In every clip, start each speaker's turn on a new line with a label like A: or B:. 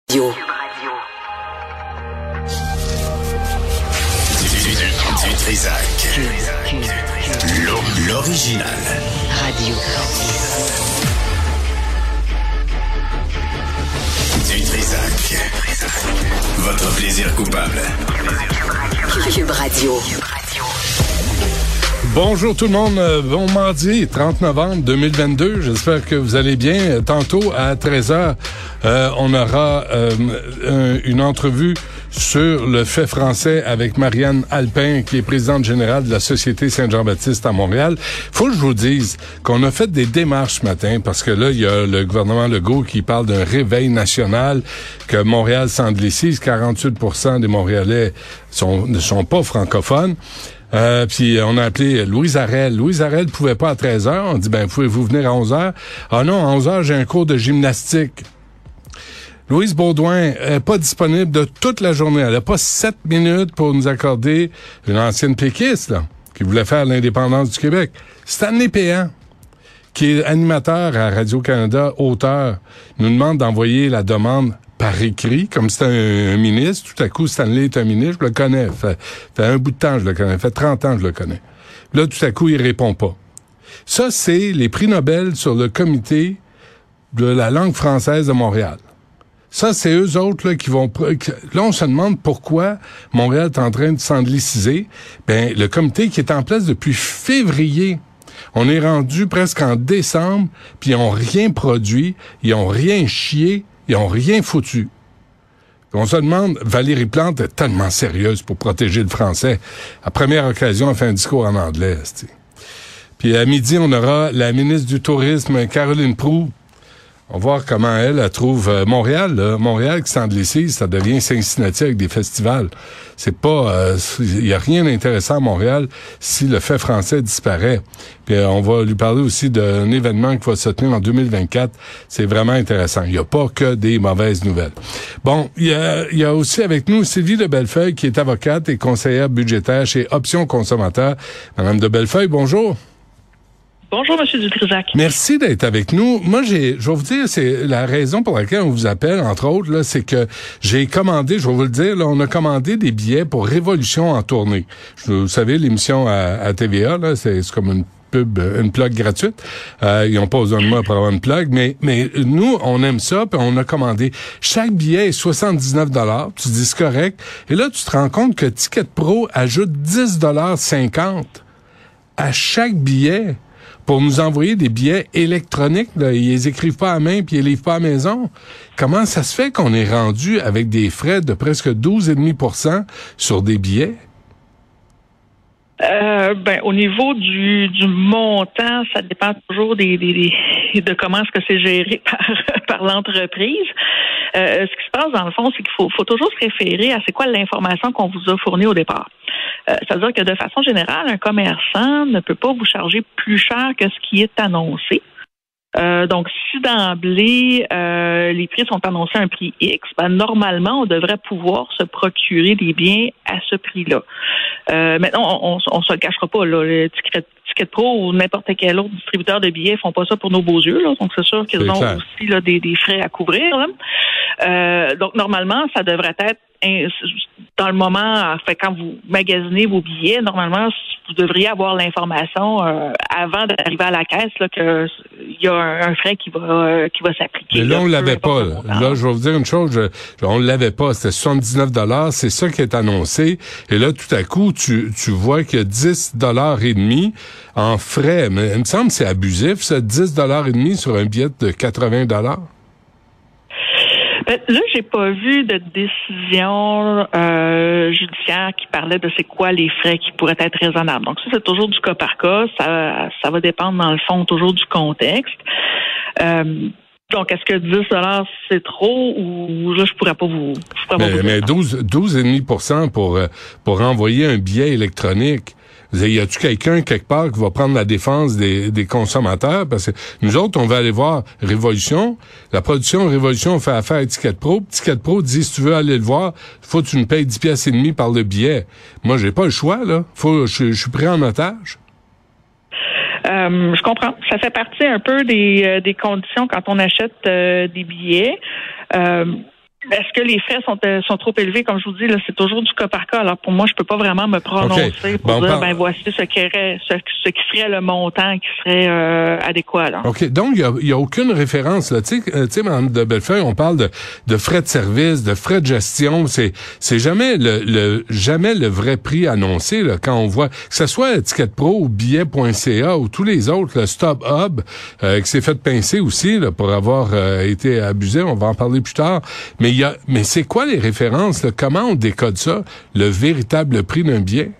A: Du Trisac. L'original. Radio. Du Trisac. Votre plaisir coupable. Cube Radio.
B: Bonjour tout le monde, bon mardi 30 novembre 2022, j'espère que vous allez bien. Tantôt à 13h, on aura une entrevue sur le fait français avec Marianne Alpin, qui est présidente générale de la Société Saint-Jean-Baptiste à Montréal. Faut que je vous dise qu'on a fait des démarches ce matin, parce que là, il y a le gouvernement Legault qui parle d'un réveil national, que Montréal s'anglicise, 48% des Montréalais ne sont pas francophones. Puis on a appelé Louise Arel. Louise Arel pouvait pas à 13h. On dit, pouvez-vous venir à 11h? Ah non, à 11h, j'ai un cours de gymnastique. Louise Baudouin est pas disponible de toute la journée. Elle a pas 7 minutes pour nous accorder une ancienne péquiste, là, qui voulait faire l'indépendance du Québec. Stanley Péan, qui est animateur à Radio-Canada, auteur, nous demande d'envoyer la demande par écrit, comme c'est un ministre. Tout à coup, Stanley est un ministre, je le connais. Fait un bout de temps, je le connais. Fait 30 ans, je le connais. Là, tout à coup, il répond pas. Ça, c'est les prix Nobel sur le comité de la langue française de Montréal. Ça, c'est eux autres là qui vont... Là, on se demande pourquoi Montréal est en train de s'angliciser. Le comité qui est en place depuis février, on est rendu presque en décembre, puis ils ont rien produit, ils ont rien chié, ils ont rien foutu. On se demande, Valérie Plante est tellement sérieuse pour protéger le français. À première occasion, elle fait un discours en anglais. C'ti. Puis à midi, on aura la ministre du Tourisme, Caroline Proulx. On va voir comment elle trouve Montréal. Là. Montréal qui s'anglicise, ça devient Cincinnati avec des festivals. C'est pas, il y a rien d'intéressant à Montréal si le fait français disparaît. Puis on va lui parler aussi d'un événement qui va se tenir en 2024. C'est vraiment intéressant. Il y a pas que des mauvaises nouvelles. Bon, il y a aussi avec nous Sylvie de Bellefeuille qui est avocate et conseillère budgétaire chez Options Consommateurs. Madame de Bellefeuille, bonjour.
C: Bonjour, Monsieur Dutrisac.
B: Merci d'être avec nous. Moi, je vais vous dire, c'est la raison pour laquelle on vous appelle, entre autres, là, c'est que j'ai commandé, je vais vous le dire, là, on a commandé des billets pour Révolution en tournée. Vous savez, l'émission à TVA, là, c'est comme une pub, une plug gratuite. Ils n'ont pas besoin de moi pour avoir une plug, mais nous, on aime ça, puis on a commandé. Chaque billet est 79 $. Tu dis c'est correct. Et là, tu te rends compte que Ticket Pro ajoute 10,50 $ à chaque billet pour nous envoyer des billets électroniques. Là. Ils les écrivent pas à main puis ils les livrent pas à la maison. Comment ça se fait qu'on est rendu avec des frais de presque 12,5% sur des billets?
C: Au niveau du montant, ça dépend toujours de comment est-ce que c'est géré par l'entreprise. Ce qui se passe dans le fond, c'est qu'il faut toujours se référer à c'est quoi l'information qu'on vous a fournie au départ. Ça veut dire que de façon générale, un commerçant ne peut pas vous charger plus cher que ce qui est annoncé. Donc, si d'emblée, les prix sont annoncés à un prix X, normalement, on devrait pouvoir se procurer des biens à ce prix-là. Maintenant, on se le cachera pas, là. Le Ticket Pro ou n'importe quel autre distributeur de billets font pas ça pour nos beaux yeux, là. Donc, c'est sûr qu'ils ont aussi là, des frais à couvrir, là. Donc, normalement, ça devrait être dans le moment, quand vous magasinez vos billets, normalement, vous devriez avoir l'information avant d'arriver à la caisse là, que il y a un frais qui va s'appliquer.
B: Mais là, on l'avait pas. Là, je vais vous dire une chose, on l'avait pas. C'était 79 $. C'est ça qui est annoncé. Et là, tout à coup, tu vois qu'il y a 10,5 $ en frais. Mais il me semble que c'est abusif, ça, 10,5 $ sur un billet de 80 $.
C: Là, j'ai pas vu de décision judiciaire qui parlait de c'est quoi les frais qui pourraient être raisonnables. Donc ça, c'est toujours du cas par cas. Ça va dépendre, dans le fond, toujours du contexte. Donc, est-ce que 10 $ c'est trop ou là, je pourrais pas vous dire.
B: Mais 12,5% pour envoyer un billet électronique. Y a-tu quelqu'un quelque part qui va prendre la défense des consommateurs? Parce que nous autres, on va aller voir Révolution. La production Révolution fait affaire à Ticket Pro. Ticket Pro dit, si tu veux aller le voir, faut que tu me payes 10,5 $ par le billet. Moi, j'ai pas le choix, là. Je suis pris en otage.
C: Je comprends. Ça fait partie un peu des conditions quand on achète des billets. Est-ce que les frais sont trop élevés? Comme je vous dis, là, c'est toujours du cas par cas. Alors, pour moi, je peux pas vraiment me prononcer pour dire, voici ce qui serait le montant qui serait adéquat. Là.
B: OK. Donc, il y a aucune référence, là. Tu sais, Mme de Bellefeuille, on parle de frais de service, de frais de gestion. C'est jamais le vrai prix annoncé, là, quand on voit, que ce soit Étiquette Pro ou billet.ca ou tous les autres, le StubHub, qui s'est fait pincer aussi, là, pour avoir été abusé. On va en parler plus tard. Mais c'est quoi les références, là? Comment on décode ça, le véritable prix d'un billet?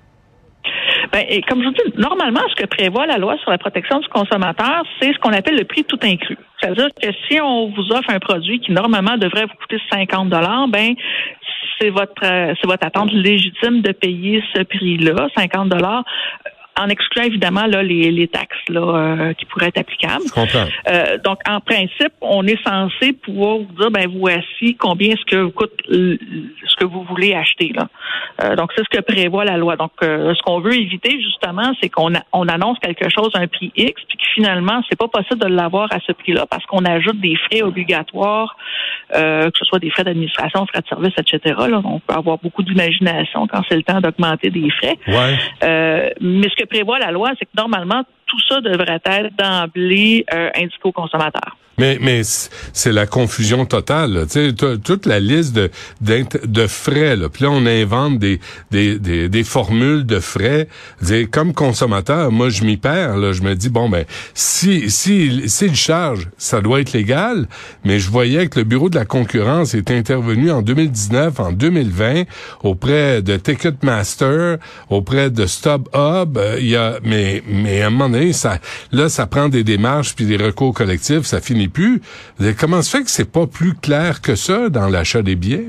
C: Et comme je vous dis, normalement, ce que prévoit la loi sur la protection du consommateur, c'est ce qu'on appelle le prix tout inclus. C'est-à-dire que si on vous offre un produit qui normalement devrait vous coûter 50 $, c'est votre attente légitime de payer ce prix-là, 50 $. En excluant évidemment là les taxes là qui pourraient être applicables.
B: Je comprends.
C: Donc en principe, on est censé pouvoir vous dire voici combien est-ce que vous coûte ce que vous voulez acheter là. Donc c'est ce que prévoit la loi. Donc ce qu'on veut éviter justement, c'est qu'on annonce quelque chose à un prix X puis que finalement c'est pas possible de l'avoir à ce prix-là parce qu'on ajoute des frais obligatoires, que ce soit des frais d'administration, frais de service, etc. Là, on peut avoir beaucoup d'imagination quand c'est le temps d'augmenter des frais.
B: Ouais.
C: Mais ce que prévoit la loi, c'est que normalement, tout ça devrait être d'emblée indiqué aux consommateurs.
B: Mais c'est la confusion totale. Tu sais, toute la liste de frais. Là. Puis là, on invente des formules de frais. Comme consommateur, moi, je m'y perds. Là. Je me dis, s'il charge, ça doit être légal. Mais je voyais que le Bureau de la concurrence est intervenu en 2019, en 2020, auprès de Ticketmaster, auprès de StubHub. Mais à un moment donné, ça prend des démarches puis des recours collectifs. Ça finit plus. Comment se fait que c'est pas plus clair que ça dans l'achat des billets?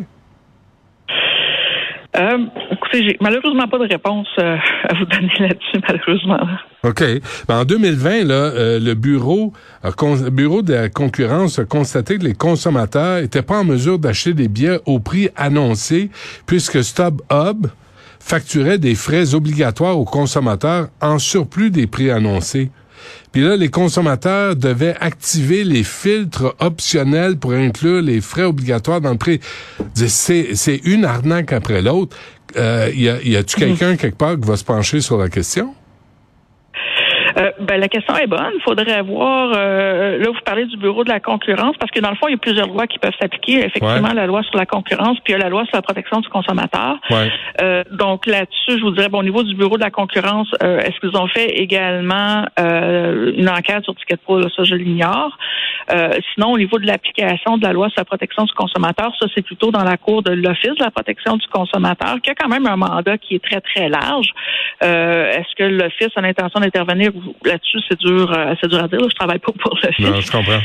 C: Écoutez, j'ai malheureusement pas de réponse à vous donner là-dessus, malheureusement.
B: OK. En 2020, là, le bureau de la concurrence a constaté que les consommateurs étaient pas en mesure d'acheter des billets au prix annoncé puisque StubHub facturait des frais obligatoires aux consommateurs en surplus des prix annoncés. Puis là, les consommateurs devaient activer les filtres optionnels pour inclure les frais obligatoires dans le prix. C'est une arnaque après l'autre. Y a-tu quelqu'un quelque part qui va se pencher sur la question?
C: La question est bonne. Il faudrait voir, là, vous parlez du Bureau de la concurrence, parce que dans le fond, il y a plusieurs lois qui peuvent s'appliquer. Effectivement, la loi sur la concurrence, puis il y a la loi sur la protection du consommateur.
B: Ouais.
C: Donc là-dessus, je vous dirais, au niveau du Bureau de la concurrence, est-ce qu'ils ont fait également une enquête sur Ticket Pro? Là, ça, je l'ignore. Sinon, au niveau de l'application de la loi sur la protection du consommateur, ça, c'est plutôt dans la cour de l'Office de la protection du consommateur, qui a quand même un mandat qui est très, très large. Est-ce que l'Office a l'intention d'intervenir là-dessus? C'est dur à dire. Je travaille pas pour l'Office.
B: Non, je comprends.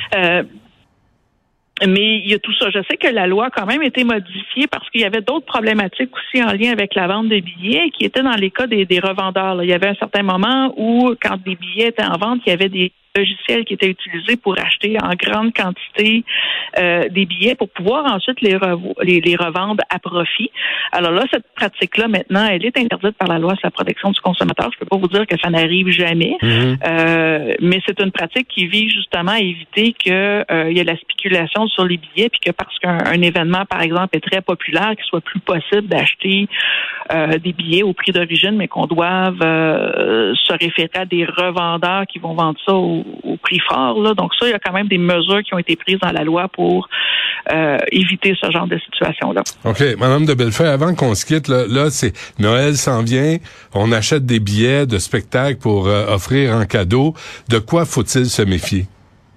C: Mais il y a tout ça. Je sais que la loi a quand même été modifiée parce qu'il y avait d'autres problématiques aussi en lien avec la vente des billets qui étaient dans les cas des revendeurs. Là. Il y avait un certain moment où, quand des billets étaient en vente, il y avait des logiciels qui étaient utilisés pour acheter en grande quantité des billets pour pouvoir ensuite les revendre à profit. Alors là, cette pratique-là, maintenant, elle est interdite par la loi sur la protection du consommateur. Je peux pas vous dire que ça n'arrive jamais, mais c'est une pratique qui vise justement à éviter que il y ait la spéculation sur les billets, puis que parce qu'un événement, par exemple, est très populaire, qu'il soit plus possible d'acheter des billets au prix d'origine, mais qu'on doive se référer à des revendeurs qui vont vendre ça au prix fort. Là. Donc ça, il y a quand même des mesures qui ont été prises dans la loi pour éviter ce genre de situation-là.
B: OK. Madame de Bellefeuille, avant qu'on se quitte, là c'est Noël s'en vient, on achète des billets de spectacle pour offrir en cadeau. De quoi faut-il se méfier?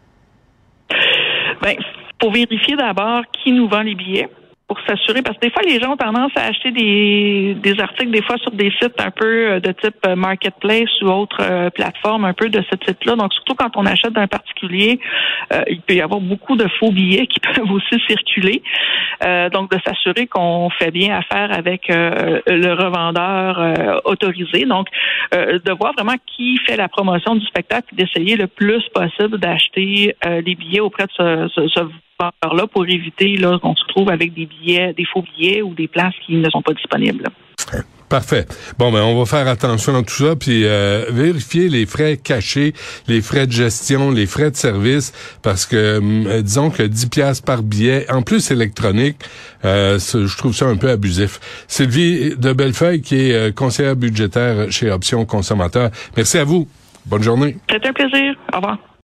C: Faut vérifier d'abord qui nous vend les billets. Pour s'assurer, parce que des fois, les gens ont tendance à acheter des articles, des fois sur des sites un peu de type marketplace ou autre plateforme un peu de ce type-là. Donc, surtout quand on achète d'un particulier, il peut y avoir beaucoup de faux billets qui peuvent aussi circuler. Donc, de s'assurer qu'on fait bien affaire avec le revendeur autorisé. Donc, de voir vraiment qui fait la promotion du spectacle et d'essayer le plus possible d'acheter les billets auprès de ce là pour éviter là qu'on se trouve avec des faux billets ou des places qui ne sont pas disponibles.
B: Parfait. Bon, ben on va faire attention à tout ça, puis vérifier les frais cachés, les frais de gestion, les frais de service, parce que disons que 10 piastres par billet, en plus électronique, je trouve ça un peu abusif. Sylvie de Bellefeuille, qui est conseillère budgétaire chez Options Consommateurs. Merci à vous. Bonne journée.
C: C'était un plaisir. Au revoir.